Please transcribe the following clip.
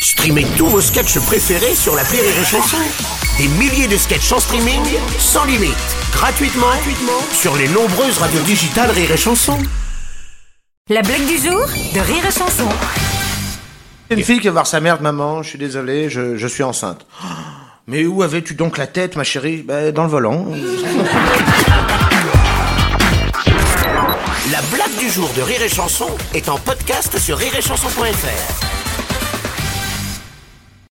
Streamez tous vos sketchs préférés sur l'appli Rire et Chanson. Des milliers de sketchs en streaming, sans limite, gratuitement sur les nombreuses radios digitales Rire et Chanson. La blague du jour de Rire et Chanson. Une fille qui va voir sa mère, maman, je suis désolé, je suis enceinte. Mais où avais-tu donc la tête, ma chérie? Dans le volant. La blague du jour de Rire et Chanson est en podcast sur rireetchanson.fr.